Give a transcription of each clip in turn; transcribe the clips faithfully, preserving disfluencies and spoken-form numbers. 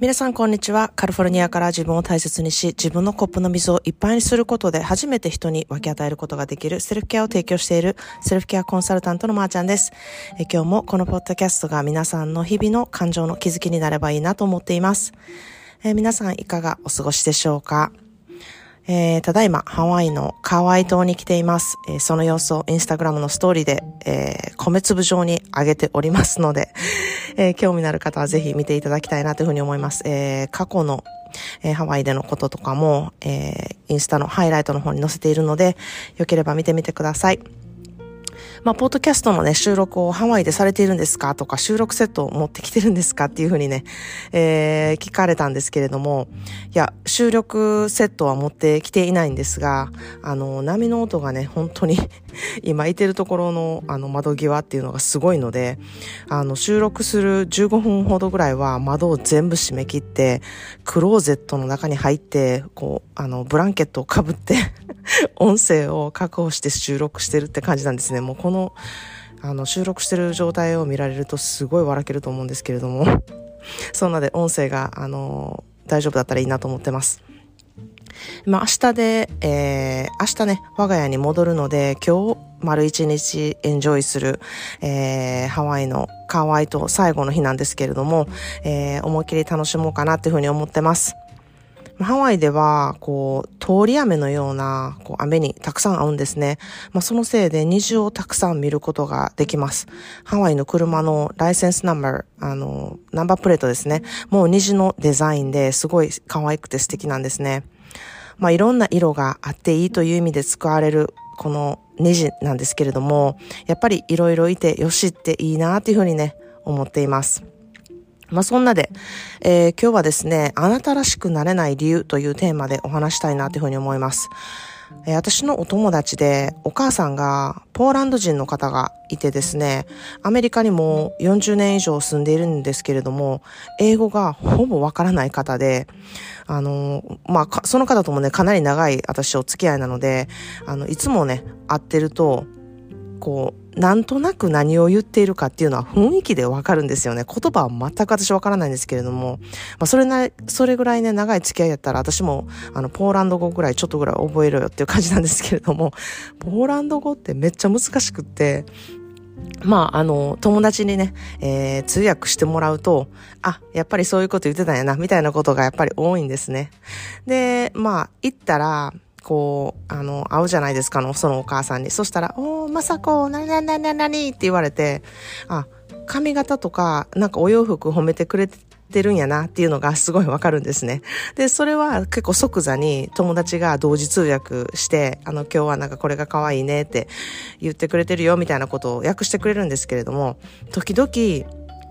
皆さんこんにちは。カリフォルニアから自分を大切にし、自分のコップの水をいっぱいにすることで初めて人に分け与えることができるセルフケアを提供しているセルフケアコンサルタントのまーちゃんです。え今日もこのポッドキャストが皆さんの日々の感情の気づきになればいいなと思っています。え皆さんいかがお過ごしでしょうか。えー、ただいまハワイのカワイ島に来ています。えー、その様子をインスタグラムのストーリーで、えー、米粒状に上げておりますので、えー、興味のある方はぜひ見ていただきたいなというふうに思います。えー、過去の、えー、ハワイでのこととかも、えー、インスタのハイライトの方に載せているので、よければ見てみてください。まあ、ポッドキャストのね、収録をハワイでされているんですかとか、収録セットを持ってきてるんですかっていうふうにね、えー、聞かれたんですけれども、いや、収録セットは持ってきていないんですが、あの、波の音がね、本当に今いてるところの、あの、窓際っていうのがすごいので、あの、収録するじゅうごふんほどぐらいは窓を全部閉め切って、クローゼットの中に入って、こう、あの、ブランケットをかぶって、音声を確保して収録してるって感じなんですね。もうこの、あの、収録してる状態を見られるとすごい笑けると思うんですけれども、そんなで音声が、あの、大丈夫だったらいいなと思ってます。まあ、明日で、えー、明日ね、我が家に戻るので、今日、丸一日エンジョイする、えー、ハワイのカワイ島最後の日なんですけれども、えー、思いっきり楽しもうかなっていうふうに思ってます。ハワイでは、こう、通り雨のような、こう、雨にたくさん合うんですね。まあ、そのせいで虹をたくさん見ることができます。ハワイの車のライセンスナンバー、あの、ナンバープレートですね。もう虹のデザインですごい可愛くて素敵なんですね。まあ、いろんな色があっていいという意味で使われる、この虹なんですけれども、やっぱりいろいろいてよしっていいなっていうふうにね、思っています。まあ、そんなで、えー、今日はですね、あなたらしくなれない理由というテーマでお話したいなというふうに思います。えー、私のお友達でお母さんがポーランド人の方がいてですね、アメリカにもよんじゅうねん以上住んでいるんですけれども、英語がほぼわからない方で、あのー、まあ、その方ともね、かなり長い私お付き合いなので、あの、いつもね、会ってると、こう、なんとなく何を言っているかっていうのは雰囲気でわかるんですよね。言葉は全く私わからないんですけれども、まあ、それな、それぐらいね、長い付き合いやったら私も、あの、ポーランド語ぐらいちょっとぐらい覚えろよっていう感じなんですけれども、ポーランド語ってめっちゃ難しくって、まあ、あの、友達にね、えー、通訳してもらうと、あ、やっぱりそういうこと言ってたんやな、みたいなことがやっぱり多いんですね。で、まあ、行ったら、こう、あの、会うじゃないですかの、そのお母さんに。そしたら、おー、まさこ、なになになになにって言われて、あ、髪型とか、なんかお洋服褒めてくれてるんやなっていうのがすごいわかるんですね。で、それは結構即座に友達が同時通訳して、あの、今日はなんかこれが可愛いねって言ってくれてるよみたいなことを訳してくれるんですけれども、時々、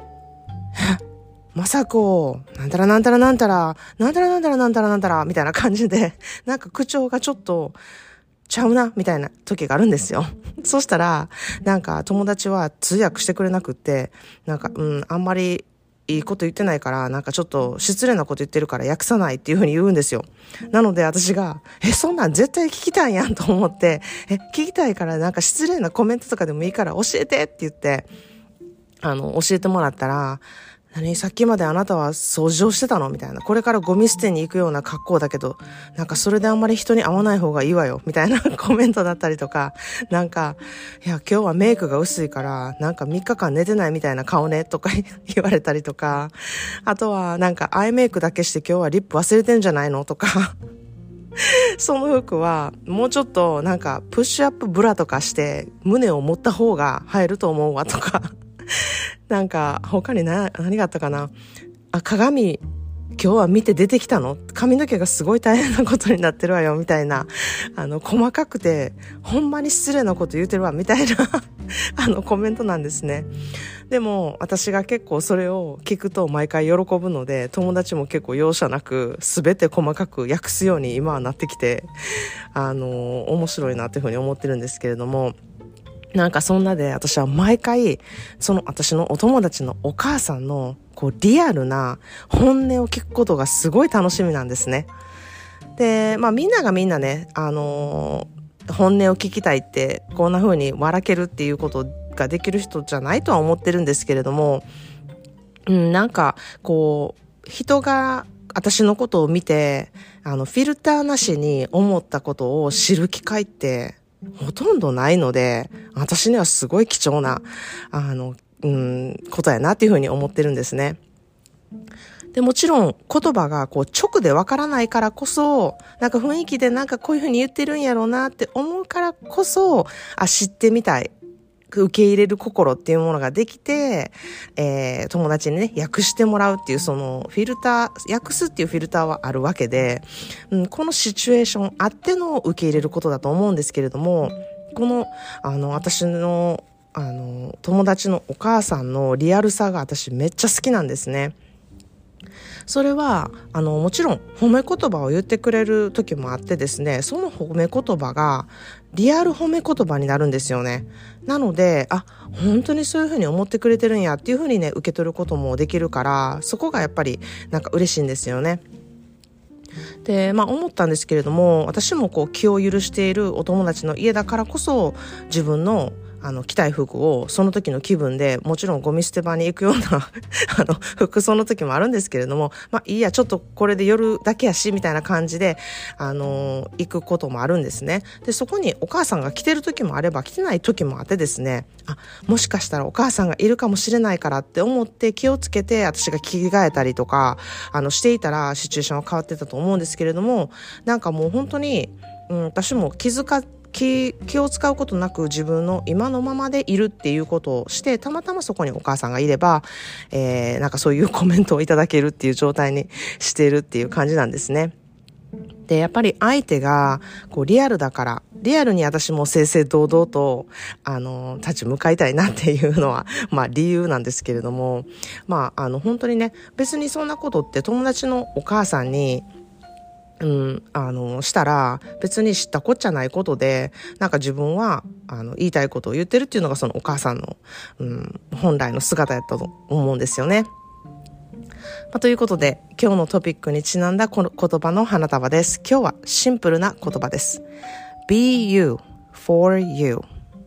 まさこ、なんたらなんたらなんたら、なんたらなんたらなんたらなんたら、みたいな感じで、なんか口調がちょっと、ちゃうな、みたいな時があるんですよ。そしたら、なんか友達は通訳してくれなくって、なんか、うん、あんまりいいこと言ってないから、なんかちょっと失礼なこと言ってるから訳さないっていうふうに言うんですよ。なので私が、え、そんなん絶対聞きたいやんと思って、え、聞きたいからなんか失礼なコメントとかでもいいから教えてって言って、あの、教えてもらったら、何さっきまであなたは掃除をしてたのみたいな。これからゴミ捨てに行くような格好だけど、なんかそれであんまり人に会わない方がいいわよ。みたいなコメントだったりとか、なんか、いや、今日はメイクが薄いから、なんかみっかかん寝てないみたいな顔ね、とか言われたりとか、あとはなんかアイメイクだけして今日はリップ忘れてんじゃないのとか、その服はもうちょっとなんかプッシュアップブラとかして胸を持った方が映えると思うわとか、なんか他に何、何があったかなあ、鏡今日は見て出てきたの髪の毛がすごい大変なことになってるわよみたいな、あの細かくてほんまに失礼なこと言うてるわみたいなあのコメントなんですね。でも私が結構それを聞くと毎回喜ぶので、友達も結構容赦なく全て細かく訳すように今はなってきて、あの面白いなというふうに思ってるんですけれども、なんかそんなで私は毎回その私のお友達のお母さんのこうリアルな本音を聞くことがすごい楽しみなんですね。で、まあみんながみんなね、あのー、本音を聞きたいってこんな風に笑けるっていうことができる人じゃないとは思ってるんですけれども、うん、なんかこう人が私のことを見て、あの、フィルターなしに思ったことを知る機会ってほとんどないので、私にはすごい貴重な、あの、うん、ことやなっていうふうに思ってるんですね。で、もちろん言葉がこう直でわからないからこそ、なんか雰囲気でなんかこういうふうに言ってるんやろうなって思うからこそ、あ、知ってみたい。受け入れる心っていうものができて、えー、友達にね、訳してもらうっていうそのフィルター、訳すっていうフィルターはあるわけで、うん、このシチュエーションあっての受け入れることだと思うんですけれども、この、あの、私の、あの、友達のお母さんのリアルさが私めっちゃ好きなんですね。それはあのもちろん褒め言葉を言ってくれる時もあってですね、その褒め言葉がリアル褒め言葉になるんですよね。なので、あ、本当にそういうふうに思ってくれてるんやっていうふうにね、受け取ることもできるから、そこがやっぱりなんか嬉しいんですよね。で、まあ思ったんですけれども、私もこう気を許しているお友達の家だからこそ、自分のあの着たい服をその時の気分で、もちろんゴミ捨て場に行くようなあの服装の時もあるんですけれども、まあいいや、ちょっとこれで夜だけやしみたいな感じであの行くこともあるんですね。で、そこにお母さんが着てる時もあれば着てない時もあってですね、あ、もしかしたらお母さんがいるかもしれないからって思って気をつけて私が着替えたりとかあのしていたらシチュエーションは変わってたと思うんですけれども、なんかもう本当に、うん、私も気づか気, 気を使うことなく自分の今のままでいるっていうことをして、たまたまそこにお母さんがいれば、えー、なんかそういうコメントをいただけるっていう状態にしているっていう感じなんですね。で、やっぱり相手がこうリアルだから、リアルに私も正々堂々とあの立ち向かいたいなっていうのはまあ理由なんですけれども、まああの本当にね、別にそんなことって友達のお母さんにうん、あの、したら別に知ったこっちゃないことで、なんか自分は、あの、言いたいことを言ってるっていうのがそのお母さんの、うん、本来の姿やったと思うんですよね。まあ、ということで、今日のトピックにちなんだこの言葉の花束です。今日はシンプルな言葉です。be you for you.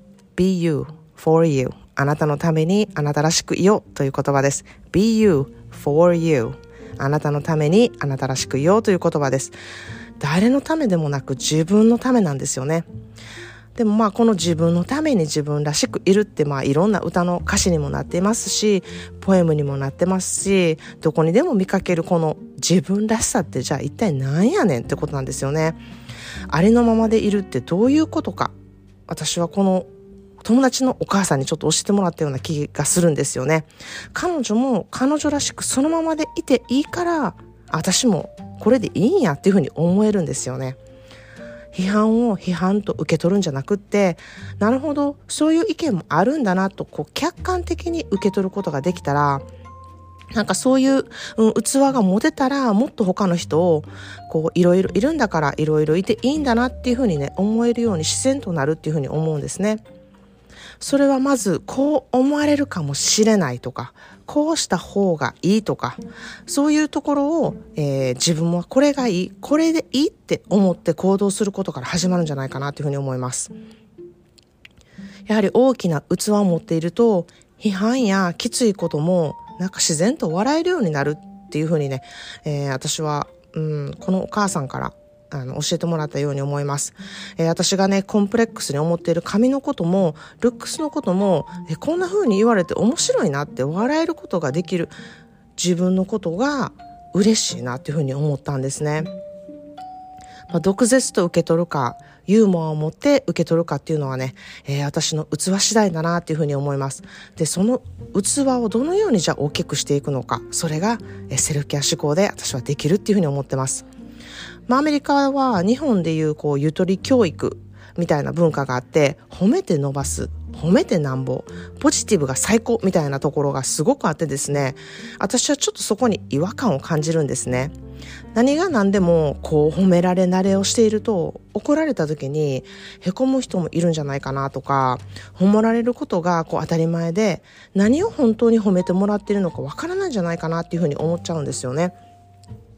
be you for you. あなたのためにあなたらしくいようという言葉です。be you for you.あなたのためにあなたらしくいようという言葉です。誰のためでもなく自分のためなんですよね。でもまあこの自分のために自分らしくいるってまあいろんな歌の歌詞にもなっていますし、ポエムにもなってますし、どこにでも見かけるこの自分らしさってじゃあ一体何やねんってことなんですよね。ありのままでいるってどういうことか、私はこの友達のお母さんにちょっと教えてもらったような気がするんですよね。彼女も彼女らしくそのままでいていいから、私もこれでいいんやっていうふうに思えるんですよね。批判を批判と受け取るんじゃなくって、なるほど、そういう意見もあるんだなとこう客観的に受け取ることができたら、なんかそういう、うん、器が持てたら、もっと他の人をこういろいろいるんだからいろいろいていいんだなっていうふうにね、思えるように自然となるっていうふうに思うんですね。それはまずこう思われるかもしれないとか、こうした方がいいとか、そういうところを、えー、自分はこれがいい、これでいいって思って行動することから始まるんじゃないかなというふうに思います。やはり大きな器を持っていると、批判やきついこともなんか自然と笑えるようになるっていうふうにね、えー、私は、うん、このお母さんからあの教えてもらったように思います。えー、私がねコンプレックスに思っている髪のこともルックスのことも、えー、こんな風に言われて面白いなって笑えることができる自分のことが嬉しいなっていう風に思ったんですね。まあ、毒舌と受け取るかユーモアを持って受け取るかっていうのはね、えー、私の器次第だなっていう風に思います。で、その器をどのようにじゃあ大きくしていくのか、それが、えー、セルフケア思考で私はできるっていう風に思ってます。まあ、アメリカは日本でいうこうゆとり教育みたいな文化があって、褒めて伸ばす、褒めてなんぼ、ポジティブが最高みたいなところがすごくあってですね、私はちょっとそこに違和感を感じるんですね。何が何でもこう褒められ慣れをしていると、怒られた時にへこむ人もいるんじゃないかなとか、褒められることがこう当たり前で、何を本当に褒めてもらっているのかわからないんじゃないかなっていうふうに思っちゃうんですよね。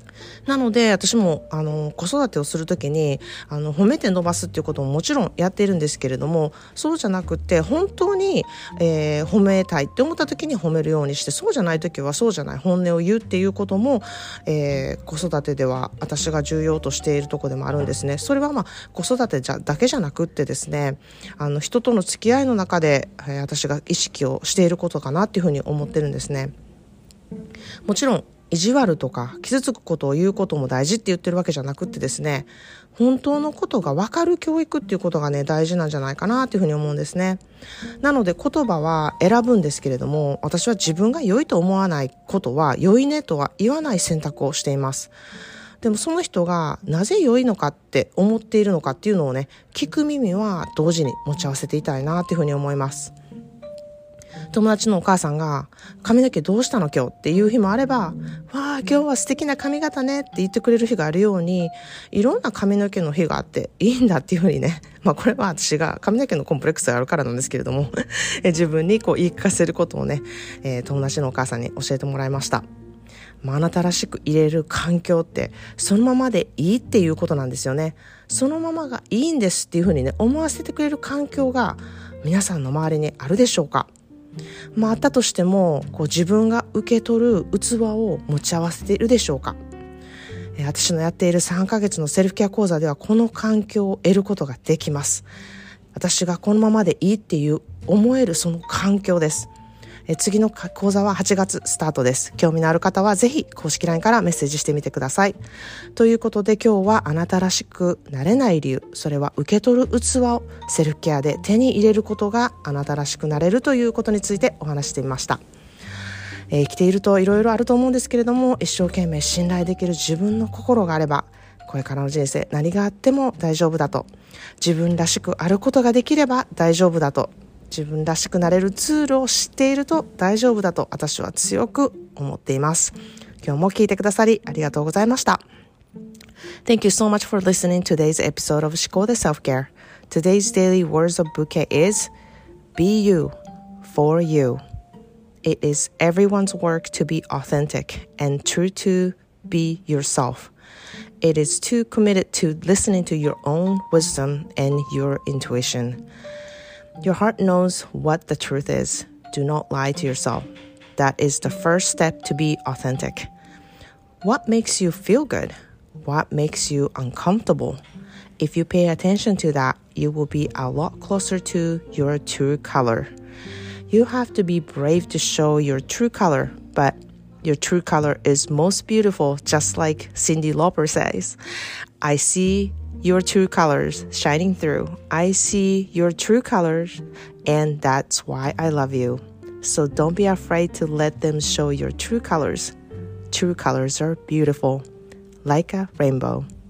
なので私もあの子育てをするときにあの褒めて伸ばすっていうことももちろんやっているんですけれども、そうじゃなくて本当に、えー、褒めたいって思ったときに褒めるようにして、そうじゃないときはそうじゃない本音を言うっていうことも、えー、子育てでは私が重要としているところでもあるんですね。それはまあ子育てじゃだけじゃなくってですね、あの人との付き合いの中で、えー、私が意識をしていることかなっていうふうに思ってるんですね。もちろん意地悪とか傷つくことを言うことも大事って言ってるわけじゃなくってですね、本当のことが分かる教育っていうことがね大事なんじゃないかなっていうふうに思うんですね。なので言葉は選ぶんですけれども、私は自分が良いと思わないことは良いねとは言わない選択をしています。でもその人がなぜ良いのかって思っているのかっていうのをね聞く耳は同時に持ち合わせていたいなっていうふうに思います。友達のお母さんが髪の毛どうしたの今日っていう日もあれば、わあ今日は素敵な髪型ねって言ってくれる日があるように、いろんな髪の毛の日があっていいんだっていうふうにね、まあこれは私が髪の毛のコンプレックスがあるからなんですけれども自分にこう言い聞かせることをね、えー、友達のお母さんに教えてもらいました。まあ、あなたらしく入れる環境ってそのままでいいっていうことなんですよね。そのままがいいんですっていうふうにね思わせてくれる環境が皆さんの周りにあるでしょうか。まあ、あったとしてもこう自分が受け取る器を持ち合わせているでしょうか。えー、私のやっているさんかげつのセルフケア講座ではこの環境を得ることができます。私がこのままでいいっていう思えるその環境です。え次の講座ははちがつスタートです。興味のある方はぜひ公式 ライン からメッセージしてみてください。ということで今日はあなたらしくなれない理由、それは受け取る器をセルフケアで手に入れることがあなたらしくなれるということについてお話してみました。えー、生きているといろいろあると思うんですけれども、一生懸命信頼できる自分の心があればこれからの人生何があっても大丈夫だと、自分らしくあることができれば大丈夫だと、自分らしくなれるツールを知っていると大丈夫だと私は強く思っています。今日も聞いてくださりありがとうございました。Thank you so much for listening to today's episode of 思考で Self-Care. Today's daily words of bouquet is Be you for you. It is everyone's work to be authentic and true to be yourself. It is too committed to listening to your own wisdom and your intuition.Your heart knows what the truth is. Do not lie to yourself. That is the first step to be authentic. What makes you feel good? What makes you uncomfortable? If you pay attention to that, you will be a lot closer to your true color. You have to be brave to show your true color, but your true color is most beautiful, just like Cyndi Lauper says. I see your true colors shining through. I see your true colors, and that's why I love you. So don't be afraid to let them show your true colors. True colors are beautiful, like a rainbow.